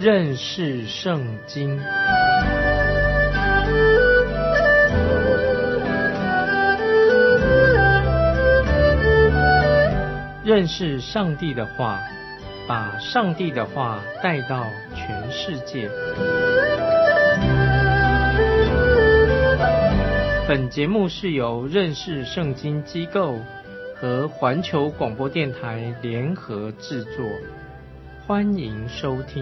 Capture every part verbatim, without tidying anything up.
认识圣经。认识上帝的话，把上帝的话带到全世界。本节目是由认识圣经机构和环球广播电台联合制作，欢迎收听。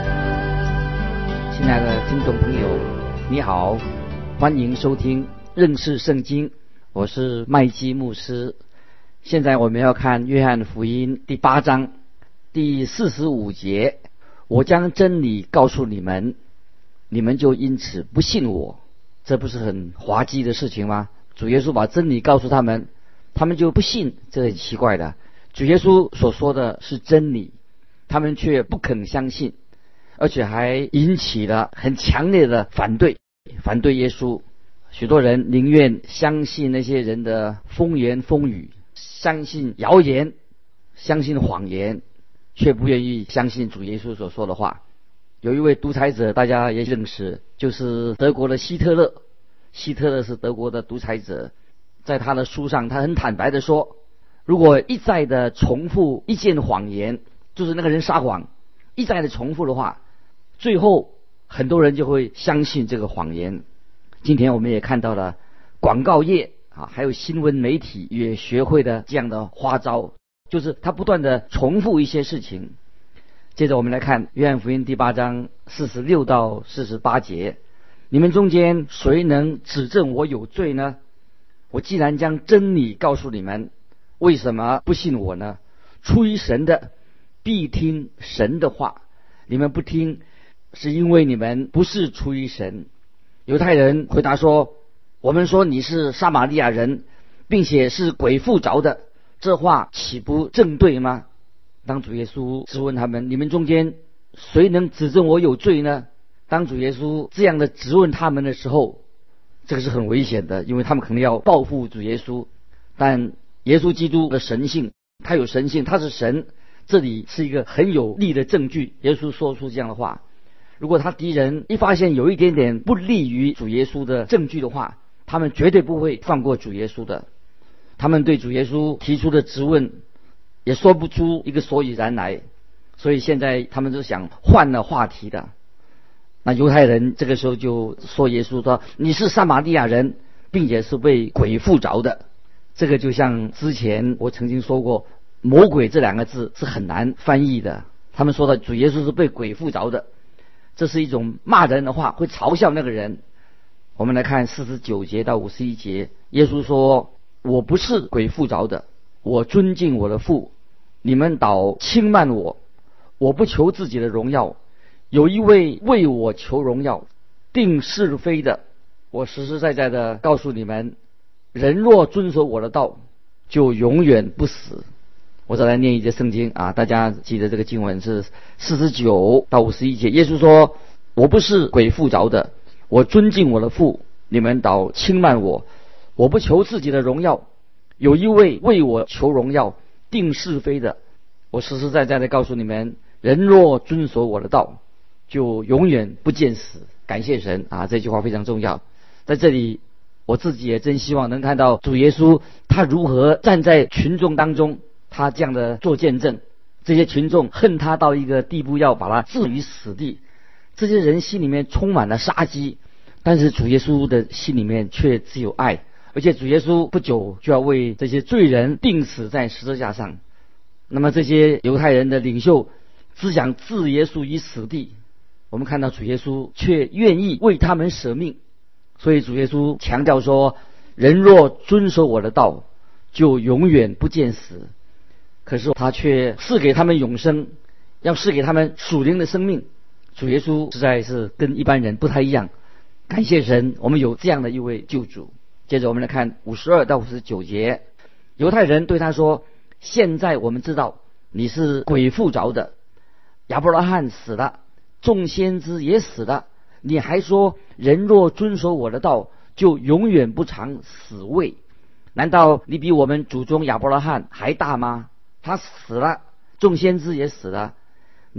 亲爱的听众朋友，你好，欢迎收听认识圣经，我是麦基牧师。现在我们要看约翰福音第八章第四十五节，我将真理告诉你们，你们就因此不信我。这不是很滑稽的事情吗？主耶稣把真理告诉他们，他们就不信，这很奇怪的。主耶稣所说的是真理，他们却不肯相信，而且还引起了很强烈的反对，反对耶稣。许多人宁愿相信那些人的风言风语，相信谣言，相信谎言，却不愿意相信主耶稣所说的话。有一位独裁者，大家也认识，就是德国的希特勒。希特勒是德国的独裁者，在他的书上，他很坦白的说，如果一再的重复一件谎言，就是那个人撒谎，一再的重复的话，最后很多人就会相信这个谎言。今天我们也看到了广告业啊，还有新闻媒体也学会了这样的花招，就是他不断的重复一些事情。接着我们来看约翰福音第八章四十六到四十八节，你们中间谁能指证我有罪呢？我既然将真理告诉你们，为什么不信我呢？出于神的必听神的话，你们不听，是因为你们不是出于神。犹太人回答说，我们说你是撒玛利亚人，并且是鬼附着的，这话岂不正对吗？当主耶稣质问他们，你们中间谁能指证我有罪呢？当主耶稣这样的质问他们的时候，这个是很危险的，因为他们可能要报复主耶稣。但耶稣基督的神性，他有神性，他是神，这里是一个很有力的证据。耶稣说出这样的话，如果他敌人一发现有一点点不利于主耶稣的证据的话，他们绝对不会放过主耶稣的。他们对主耶稣提出的质问也说不出一个所以然来，所以现在他们就想换了话题的。那犹太人这个时候就说耶稣说，你是撒玛利亚人，并且是被鬼附着的。这个就像之前我曾经说过，魔鬼这两个字是很难翻译的。他们说的主耶稣是被鬼附着的，这是一种骂人的话，会嘲笑那个人。我们来看四十九节到五十一节，耶稣说，我不是鬼附着的，我尊敬我的父，你们倒轻慢我。我不求自己的荣耀，有一位为我求荣耀，定是非的。我实实在在的告诉你们，人若遵守我的道，就永远不死。我再来念一节圣经啊，大家记得这个经文是四十九到五十一节。耶稣说，我不是鬼附着的，我尊敬我的父，你们倒轻慢我。我不求自己的荣耀，有一位为我求荣耀，定是非的。我实实在在的告诉你们，人若遵守我的道，就永远不见死。感谢神啊，这句话非常重要。在这里我自己也真希望能看到主耶稣他如何站在群众当中，他这样的做见证。这些群众恨他到一个地步，要把他置于死地。这些人心里面充满了杀机，但是主耶稣的心里面却只有爱。而且主耶稣不久就要为这些罪人钉死在十字架上。那么这些犹太人的领袖只想置耶稣于死地，我们看到主耶稣却愿意为他们舍命。所以主耶稣强调说，人若遵守我的道，就永远不见死。可是他却赐给他们永生，要赐给他们属灵的生命。主耶稣实在是跟一般人不太一样。感谢神，我们有这样的一位救主。接着我们来看五十二到五十九节，犹太人对他说，现在我们知道你是鬼附着的，亚伯拉罕死了，众先知也死了，你还说人若遵守我的道，就永远不尝死味。难道你比我们祖宗亚伯拉罕还大吗？他死了，众先知也死了，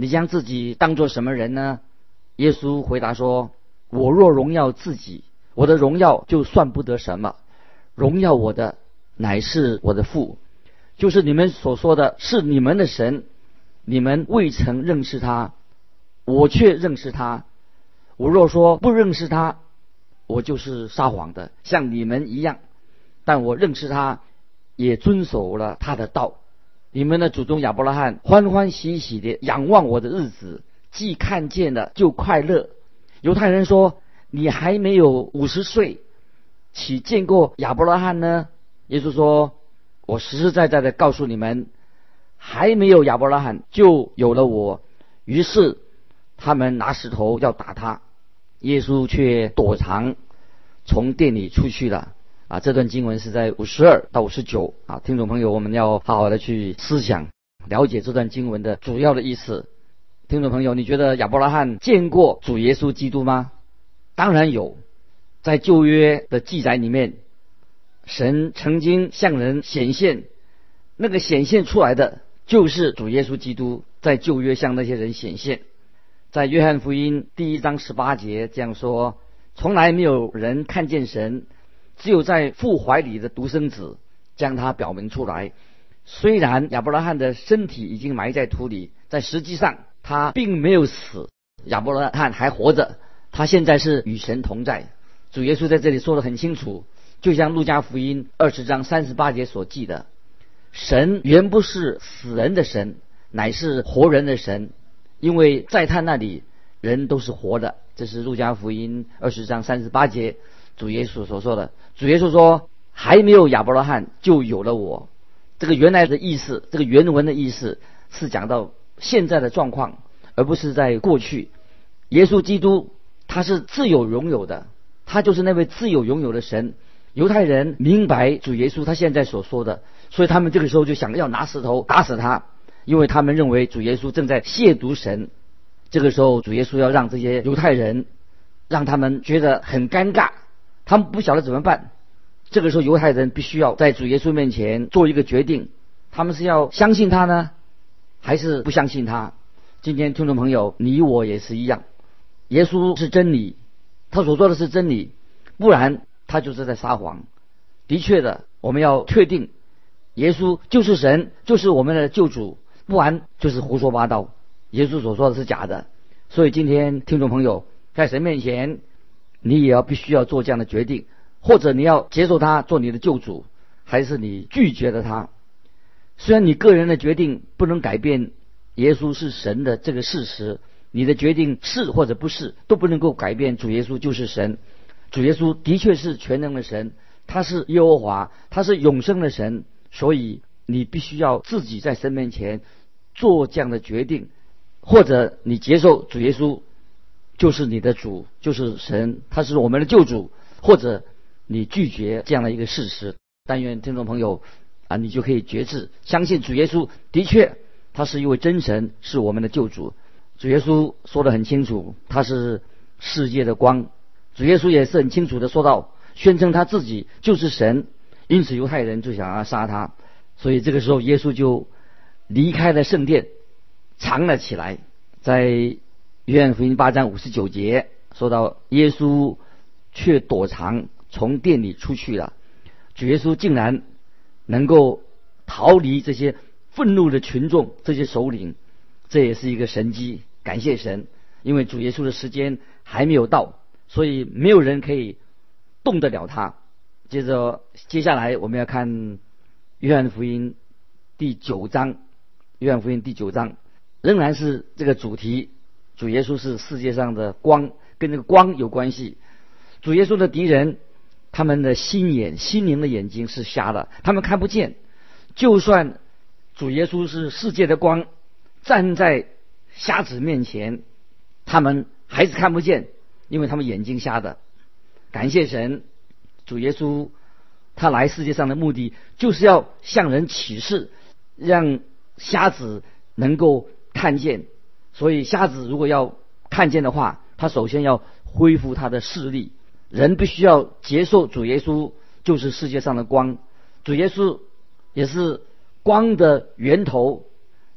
你将自己当作什么人呢？耶稣回答说，我若荣耀自己，我的荣耀就算不得什么，荣耀我的乃是我的父，就是你们所说的是你们的神，你们未曾认识他，我却认识他。我若说不认识他，我就是撒谎的，像你们一样。但我认识他，也遵守了他的道。你们的祖宗亚伯拉罕欢欢喜喜的仰望我的日子，既看见了就快乐。犹太人说，你还没有五十岁，岂见过亚伯拉罕呢？耶稣说，我实实在在的告诉你们，还没有亚伯拉罕就有了我。于是他们拿石头要打他，耶稣却躲藏，从店里出去了。啊，这段经文是在五十二到五十九啊，听众朋友，我们要好好的去思想了解这段经文的主要的意思。听众朋友，你觉得亚伯拉罕见过主耶稣基督吗？当然有，在旧约的记载里面，神曾经向人显现，那个显现出来的就是主耶稣基督，在旧约向那些人显现。在约翰福音第一章十八节这样说，从来没有人看见神，只有在父怀里的独生子将他表明出来。虽然亚伯拉罕的身体已经埋在土里，在实际上他并没有死，亚伯拉罕还活着，他现在是与神同在。主耶稣在这里说得很清楚，就像路加福音二十章三十八节所记的，神原不是死人的神，乃是活人的神，因为在他那里人都是活的。这是路加福音二十章三十八节主耶稣所说的。主耶稣说，还没有亚伯拉罕就有了我。这个原来的意思，这个原文的意思是讲到现在的状况，而不是在过去。耶稣基督他是自有拥有的，他就是那位自有拥有的神。犹太人明白主耶稣他现在所说的，所以他们这个时候就想要拿石头打死他，因为他们认为主耶稣正在亵渎神。这个时候主耶稣要让这些犹太人，让他们觉得很尴尬，他们不晓得怎么办。这个时候犹太人必须要在主耶稣面前做一个决定，他们是要相信他呢，还是不相信他？今天听众朋友，你我也是一样，耶稣是真理，他所说的是真理，不然他就是在撒谎。的确的，我们要确定耶稣就是神，就是我们的救主，不然就是胡说八道，耶稣所说的是假的。所以今天听众朋友，在神面前你也要必须要做这样的决定，或者你要接受他做你的救主，还是你拒绝了他。虽然你个人的决定不能改变耶稣是神的这个事实，你的决定是或者不是都不能够改变主耶稣就是神。主耶稣的确是全能的神，他是耶和华，他是永生的神，所以你必须要自己在神面前做这样的决定，或者你接受主耶稣就是你的主，就是神，他是我们的救主，或者你拒绝这样的一个事实。但愿听众朋友啊，你就可以决志，相信主耶稣的确他是一位真神，是我们的救主。主耶稣说得很清楚，他是世界的光。主耶稣也是很清楚的说到，宣称他自己就是神，因此犹太人就想要杀他。所以这个时候耶稣就离开了圣殿，藏了起来。在约翰福音八章五十九节说到，耶稣却躲藏，从店里出去了。主耶稣竟然能够逃离这些愤怒的群众，这些首领，这也是一个神迹，感谢神。因为主耶稣的时间还没有到，所以没有人可以动得了他。接着接下来我们要看约翰福音第九章，约翰福音第九章仍然是这个主题，主耶稣是世界上的光，跟这个光有关系。主耶稣的敌人，他们的心眼心灵的眼睛是瞎的，他们看不见。就算主耶稣是世界的光，站在瞎子面前，他们还是看不见，因为他们眼睛瞎的。感谢神，主耶稣他来世界上的目的就是要向人启示，让瞎子能够看见。所以瞎子如果要看见的话，他首先要恢复他的视力。人必须要接受主耶稣就是世界上的光，主耶稣也是光的源头。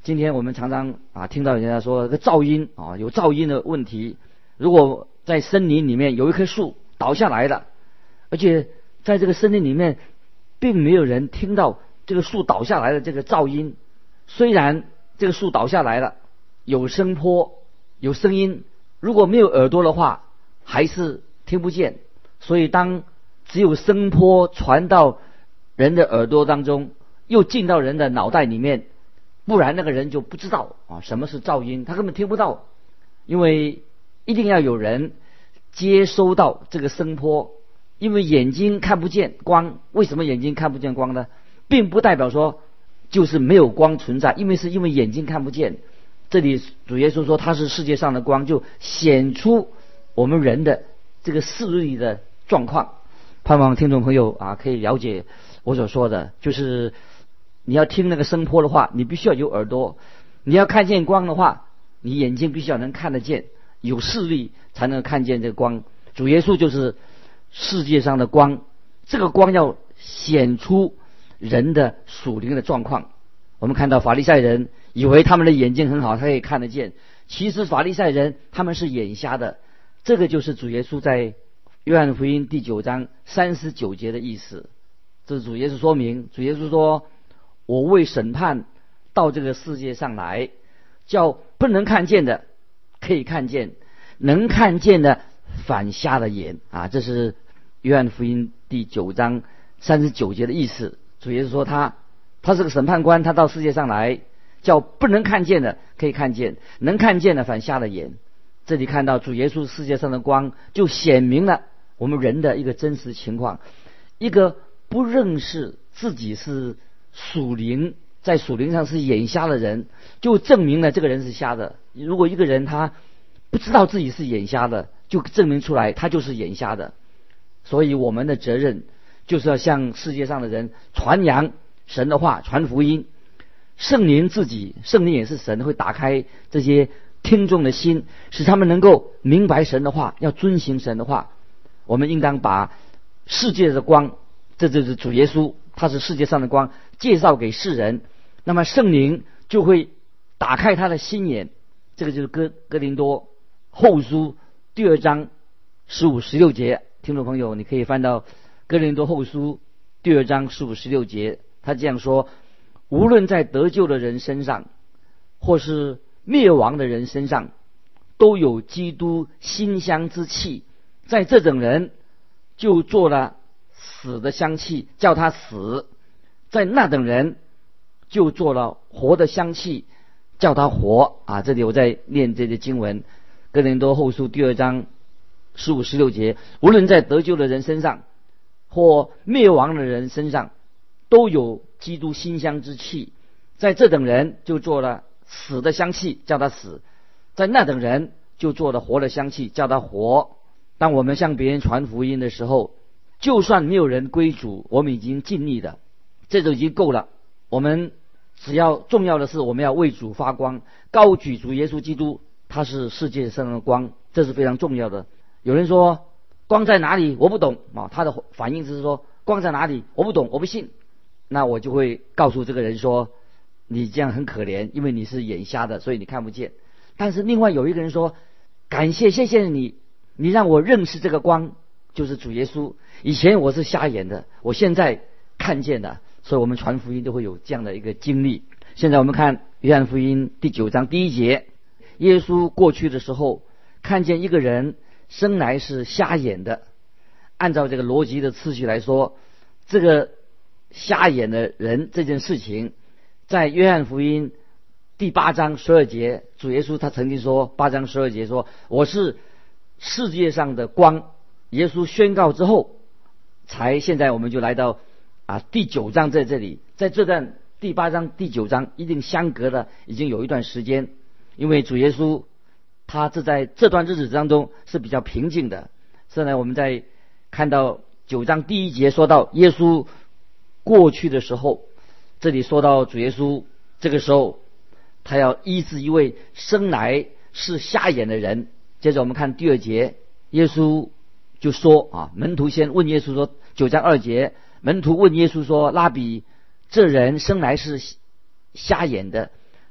今天我们常常啊听到人家说这个噪音啊，有噪音的问题。如果在森林里面有一棵树倒下来了，而且在这个森林里面并没有人听到这个树倒下来的这个噪音，虽然这个树倒下来了，有声波有声音，如果没有耳朵的话还是听不见。所以当只有声波传到人的耳朵当中，又进到人的脑袋里面，不然那个人就不知道啊什么是噪音，他根本听不到。因为一定要有人接收到这个声波，因为眼睛看不见光。为什么眼睛看不见光呢？并不代表说就是没有光存在，因为是因为眼睛看不见。这里主耶稣说他是世界上的光，就显出我们人的这个视力的状况。盼望听众朋友啊可以了解我所说的，就是你要听那个声波的话，你必须要有耳朵；你要看见光的话，你眼睛必须要能看得见，有视力才能看见这个光。主耶稣就是世界上的光，这个光要显出人的属灵的状况。我们看到法利赛人以为他们的眼睛很好，他可以看得见，其实法利赛人他们是眼瞎的。这个就是主耶稣在约翰福音第九章三十九节的意思。这是主耶稣说明，主耶稣说，我为审判到这个世界上来，叫不能看见的可以看见，能看见的反瞎了眼啊！这是约翰福音第九章三十九节的意思。主耶稣说他他是个审判官，他到世界上来，叫不能看见的可以看见，能看见的反瞎了眼。这里看到主耶稣世界上的光，就显明了我们人的一个真实情况。一个不认识自己是属灵，在属灵上是眼瞎的人，就证明了这个人是瞎的。如果一个人他不知道自己是眼瞎的，就证明出来他就是眼瞎的。所以我们的责任就是要向世界上的人传扬神的话，传福音。圣灵自己，圣灵也是神，会打开这些听众的心，使他们能够明白神的话，要遵行神的话。我们应当把世界的光，这就是主耶稣，他是世界上的光，介绍给世人。那么圣灵就会打开他的心眼。这个就是哥哥林多后书第二章十五十六节。听众朋友，你可以翻到哥林多后书第二章十五十六节，他这样说：无论在得救的人身上，或是灭亡的人身上，都有基督馨香之气。在这种人就做了死的香气，叫他死；在那等人就做了活的香气，叫他活。啊，这里我在念这些经文，哥林多后书第二章十五十六节：无论在得救的人身上，或灭亡的人身上，都有基督馨香之气。在这等人就做了死的香气，叫他死；在那等人就做了活的香气，叫他活。当我们向别人传福音的时候，就算没有人归主，我们已经尽力的，这就已经够了。我们只要重要的是，我们要为主发光，高举主耶稣基督，他是世界上的光，这是非常重要的。有人说光在哪里？我不懂啊，他的反应就是说光在哪里？我不懂，我不信。那我就会告诉这个人说，你这样很可怜，因为你是眼瞎的，所以你看不见。但是另外有一个人说，感谢谢谢你，你让我认识这个光，就是主耶稣。以前我是瞎眼的，我现在看见了。所以我们传福音都会有这样的一个经历。现在我们看约翰福音第九章第一节，耶稣过去的时候，看见一个人生来是瞎眼的。按照这个逻辑的次序来说，这个瞎眼的人这件事情，在约翰福音第八章十二节，主耶稣他曾经说，八章十二节说，我是世界上的光。耶稣宣告之后，才现在我们就来到啊第九章，在这里，在这段第八章第九章一定相隔了已经有一段时间，因为主耶稣他这在这段日子当中是比较平静的。现在我们在看到九章第一节说到耶稣过去的时候，这里说到主耶稣这个时候他要医治一位生来是瞎眼的人。接着我们看第二节，耶稣就说啊，门徒先问耶稣说，九章二节，门徒问耶稣说，拉比，这人生来是瞎眼的，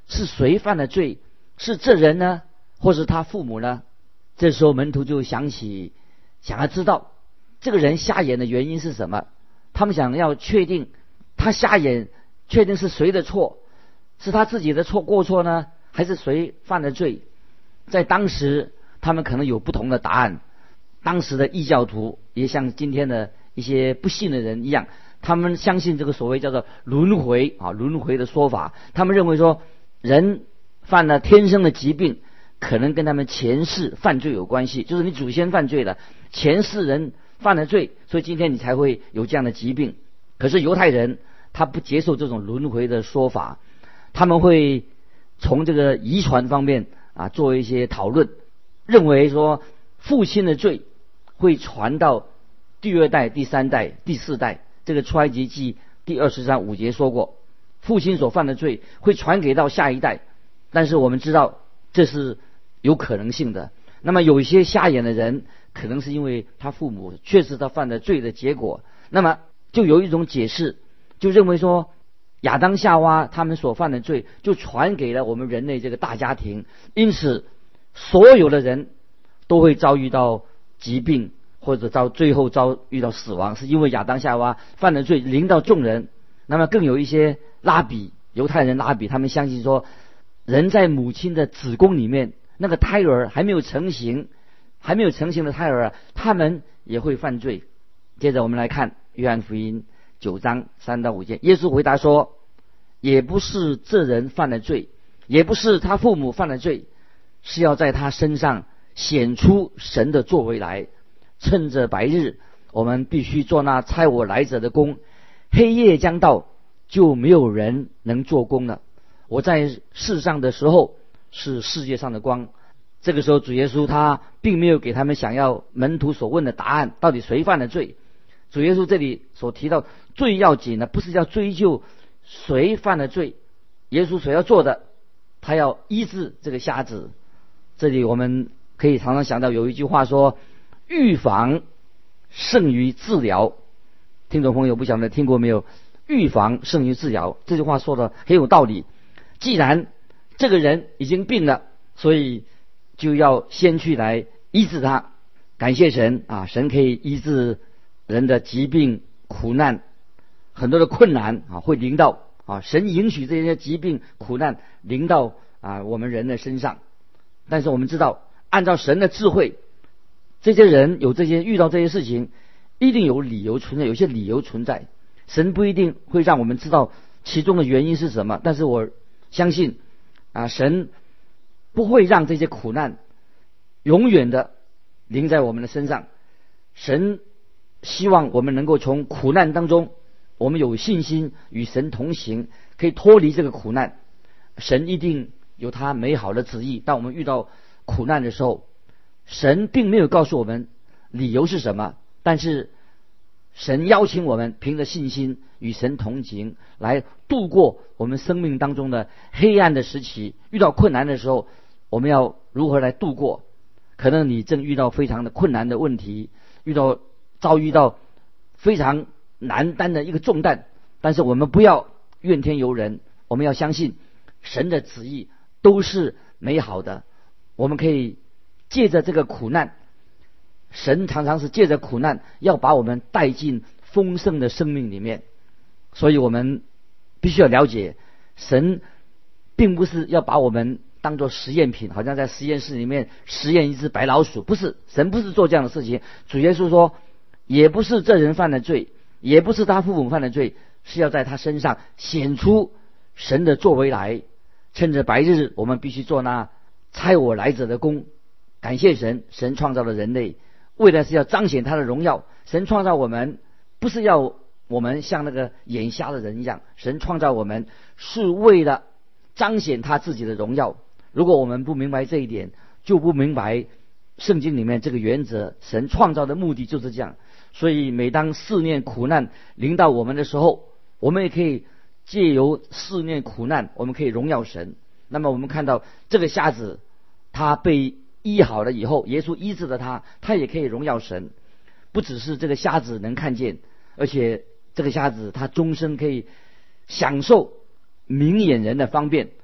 是谁犯了罪？是这人呢，或是他父母呢？这时候门徒就想起，想要知道这个人瞎眼的原因是什么。他们想要确定他瞎眼，确定是谁的错，是他自己的错过错呢，还是谁犯了罪？在当时他们可能有不同的答案。当时的异教徒也像今天的一些不信的人一样，他们相信这个所谓叫做轮回啊，轮回的说法。他们认为说，人犯了天生的疾病，可能跟他们前世犯罪有关系，就是你祖先犯罪了，前世人犯了罪，所以今天你才会有这样的疾病。可是犹太人他不接受这种轮回的说法，他们会从这个遗传方面啊做一些讨论，认为说父亲的罪会传到第二代、第三代、第四代。这个出埃及记第二十章五节说过，父亲所犯的罪会传给到下一代。但是我们知道这是有可能性的。那么有一些瞎眼的人，可能是因为他父母确实他犯了罪的结果。那么就有一种解释，就认为说亚当夏娃他们所犯的罪就传给了我们人类这个大家庭，因此所有的人都会遭遇到疾病，或者遭最后遭遇到死亡，是因为亚当夏娃犯了罪临到众人。那么更有一些拉比，犹太人拉比，他们相信说，人在母亲的子宫里面，那个胎儿还没有成型，还没有成型的胎儿，他们也会犯罪。接着我们来看约翰福音九章三到五节，耶稣回答说，也不是这人犯了罪，也不是他父母犯了罪，是要在他身上显出神的作为来。趁着白日，我们必须做那差我来者的工，黑夜将到，就没有人能做工了。我在世上的时候是世界上的光。这个时候主耶稣他并没有给他们想要门徒所问的答案，到底谁犯了罪。主耶稣这里所提到最要紧的不是要追究谁犯了罪，耶稣所要做的，他要医治这个瞎子。这里我们可以常常想到有一句话说，预防胜于治疗。听众朋友不晓得听过没有？预防胜于治疗，这句话说的很有道理。既然这个人已经病了，所以就要先去来医治他。感谢神啊，神可以医治人的疾病苦难，很多的困难啊会临到啊，神允许这些疾病苦难临到啊我们人的身上。但是我们知道，按照神的智慧，这些人有这些遇到这些事情，一定有理由存在，有些理由存在。神不一定会让我们知道其中的原因是什么，但是我相信啊，神不会让这些苦难永远的临在我们的身上。神希望我们能够从苦难当中，我们有信心与神同行，可以脱离这个苦难。神一定有他美好的旨意。当我们遇到苦难的时候，神并没有告诉我们理由是什么，但是神邀请我们凭着信心与神同行，来度过我们生命当中的黑暗的时期。遇到困难的时候，我们要如何来度过？可能你正遇到非常的困难的问题，遇到遭遇到非常难担的一个重担，但是我们不要怨天尤人，我们要相信神的旨意都是美好的。我们可以借着这个苦难，神常常是借着苦难要把我们带进丰盛的生命里面。所以我们必须要了解，神并不是要把我们当作实验品，好像在实验室里面实验一只白老鼠，不是，神不是做这样的事情。主耶稣说，也不是这人犯了罪，也不是他父母犯了罪，是要在他身上显出神的作为来。趁着白日，我们必须做那差我来者的工。感谢神，神创造了人类，为的是要彰显他的荣耀。神创造我们不是要我们像那个眼瞎的人一样，神创造我们是为了彰显他自己的荣耀。如果我们不明白这一点，就不明白圣经里面这个原则，神创造的目的就是这样。所以每当试炼苦难临到我们的时候，我们也可以借由试炼苦难，我们可以荣耀神。那么我们看到这个瞎子，他被医好了以后，耶稣医治了他，他也可以荣耀神。不只是这个瞎子能看见，而且这个瞎子他终身可以享受明眼人的方便。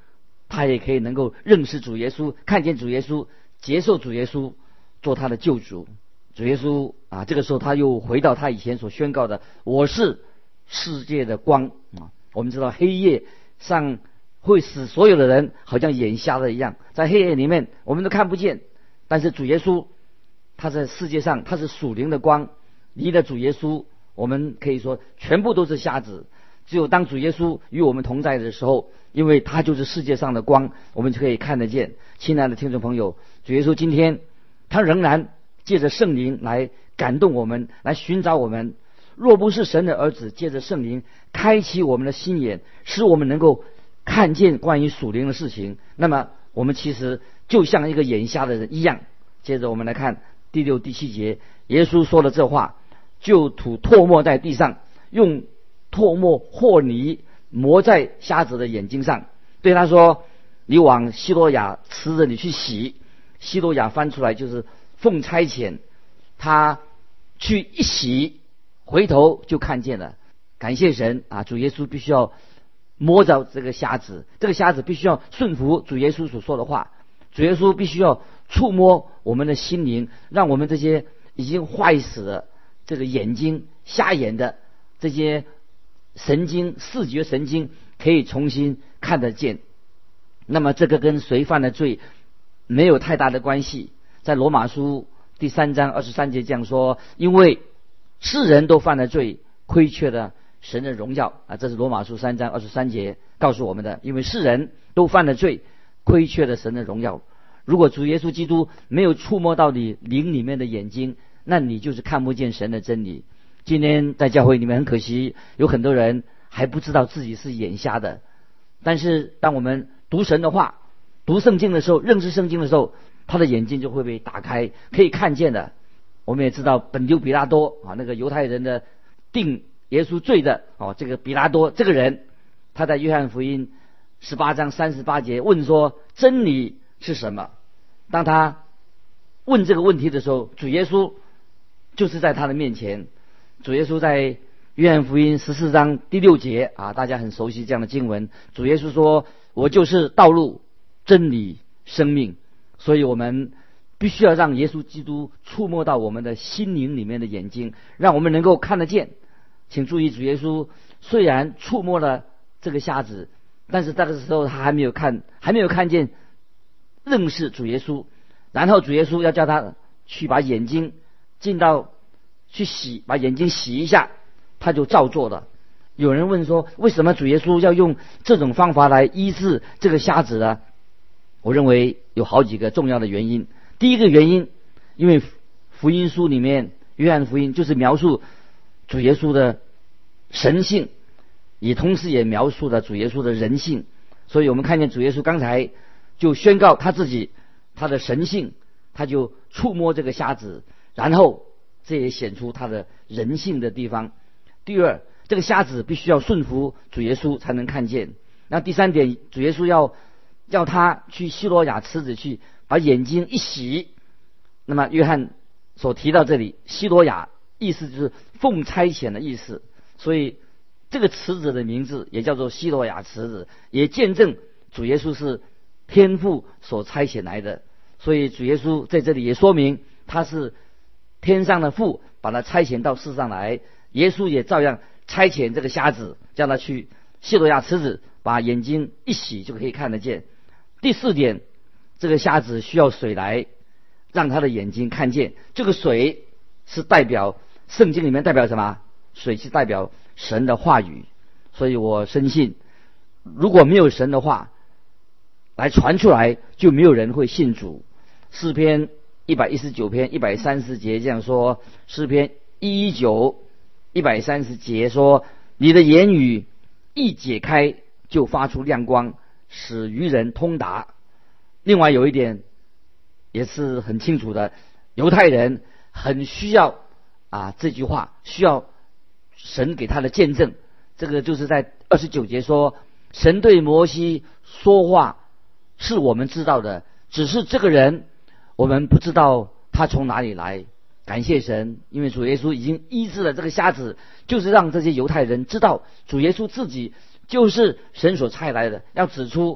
他也可以能够认识主耶稣，看见主耶稣，接受主耶稣做他的救主。主耶稣啊，这个时候他又回到他以前所宣告的：我是世界的光啊。我们知道黑夜上会使所有的人好像眼瞎了一样，在黑夜里面我们都看不见，但是主耶稣他在世界上，他是属灵的光。离了主耶稣，我们可以说全部都是瞎子。只有当主耶稣与我们同在的时候，因为他就是世界上的光，我们就可以看得见。亲爱的听众朋友，主耶稣今天他仍然借着圣灵来感动我们，来寻找我们。若不是神的儿子借着圣灵开启我们的心眼，使我们能够看见关于属灵的事情，那么我们其实就像一个眼瞎的人一样。接着我们来看第六第七节，耶稣说了这话，就吐唾沫在地上，用唾沫和泥抹在瞎子的眼睛上，对他说：你往西罗亚池子里去洗。西罗亚翻出来就是奉差遣，他去一洗，回头就看见了。感谢神啊！主耶稣必须要摸着这个瞎子，这个瞎子必须要顺服主耶稣所说的话。主耶稣必须要触摸我们的心灵，让我们这些已经坏死的这个眼睛、瞎眼的这些神经、视觉神经可以重新看得见。那么这个跟谁犯的罪没有太大的关系。在罗马书第三章二十三节这样说：因为世人都犯了罪，亏缺了神的荣耀啊，这是罗马书三章二十三节告诉我们的。因为世人都犯了罪，亏缺了神的荣耀。如果主耶稣基督没有触摸到你灵里面的眼睛，那你就是看不见神的真理。今天在教会里面很可惜，有很多人还不知道自己是眼瞎的。但是当我们读神的话、读圣经的时候，认识圣经的时候，他的眼睛就会被打开，可以看见的。我们也知道本丢比拉多啊，那个犹太人的定耶稣罪的哦，这个比拉多这个人，他在约翰福音十八章三十八节问说：真理是什么？当他问这个问题的时候，主耶稣就是在他的面前。主耶稣在约翰福音十四章第六节啊，大家很熟悉这样的经文。主耶稣说：我就是道路、真理、生命。所以我们必须要让耶稣基督触摸到我们的心灵里面的眼睛，让我们能够看得见。请注意，主耶稣虽然触摸了这个瞎子，但是这个时候他还没有看，还没有看见认识主耶稣。然后主耶稣要叫他去把眼睛进到去洗，把眼睛洗一下，他就照做了。有人问说，为什么主耶稣要用这种方法来医治这个瞎子呢？我认为有好几个重要的原因。第一个原因，因为福音书里面，约翰福音就是描述主耶稣的神性，也同时也描述了主耶稣的人性。所以我们看见主耶稣刚才就宣告他自己他的神性，他就触摸这个瞎子，然后这也显出他的人性的地方。第二，这个瞎子必须要顺服主耶稣才能看见。那第三点，主耶稣要要他去西罗亚池子去把眼睛一洗。那么约翰所提到这里，西罗亚意思就是奉差遣的意思，所以这个池子的名字也叫做西罗亚池子，也见证主耶稣是天父所差遣来的。所以主耶稣在这里也说明他是天上的父把他差遣到世上来，耶稣也照样差遣这个瞎子，叫他去西罗亚池子把眼睛一洗就可以看得见。第四点，这个瞎子需要水来让他的眼睛看见。这个水是代表圣经里面代表什么？水是代表神的话语。所以我深信，如果没有神的话来传出来，就没有人会信主。诗篇一百一十九篇一百三十节这样说，诗篇一一九一百三十节说：你的言语一解开，就发出亮光，使愚人通达。另外有一点也是很清楚的，犹太人很需要啊这句话，需要神给他的见证。这个就是在二十九节说，神对摩西说话是我们知道的，只是这个人我们不知道他从哪里来。感谢神，因为主耶稣已经医治了这个瞎子，就是让这些犹太人知道主耶稣自己就是神所差来的，要指出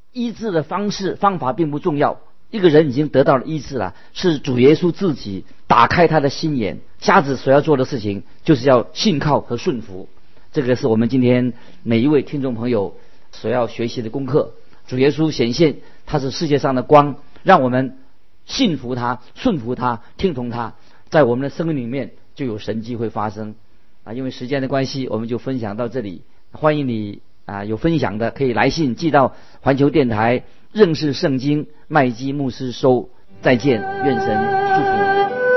医治的方式方法并不重要，一个人已经得到了医治了，是主耶稣自己打开他的心眼。瞎子所要做的事情就是要信靠和顺服，这个是我们今天每一位听众朋友所要学习的功课。主耶稣显现他是世界上的光，让我们信服他、顺服他、听从他，在我们的生命里面就有神迹会发生啊！因为时间的关系，我们就分享到这里。欢迎你啊，有分享的可以来信寄到环球电台认识圣经麦基牧师收。再见，愿神祝福你。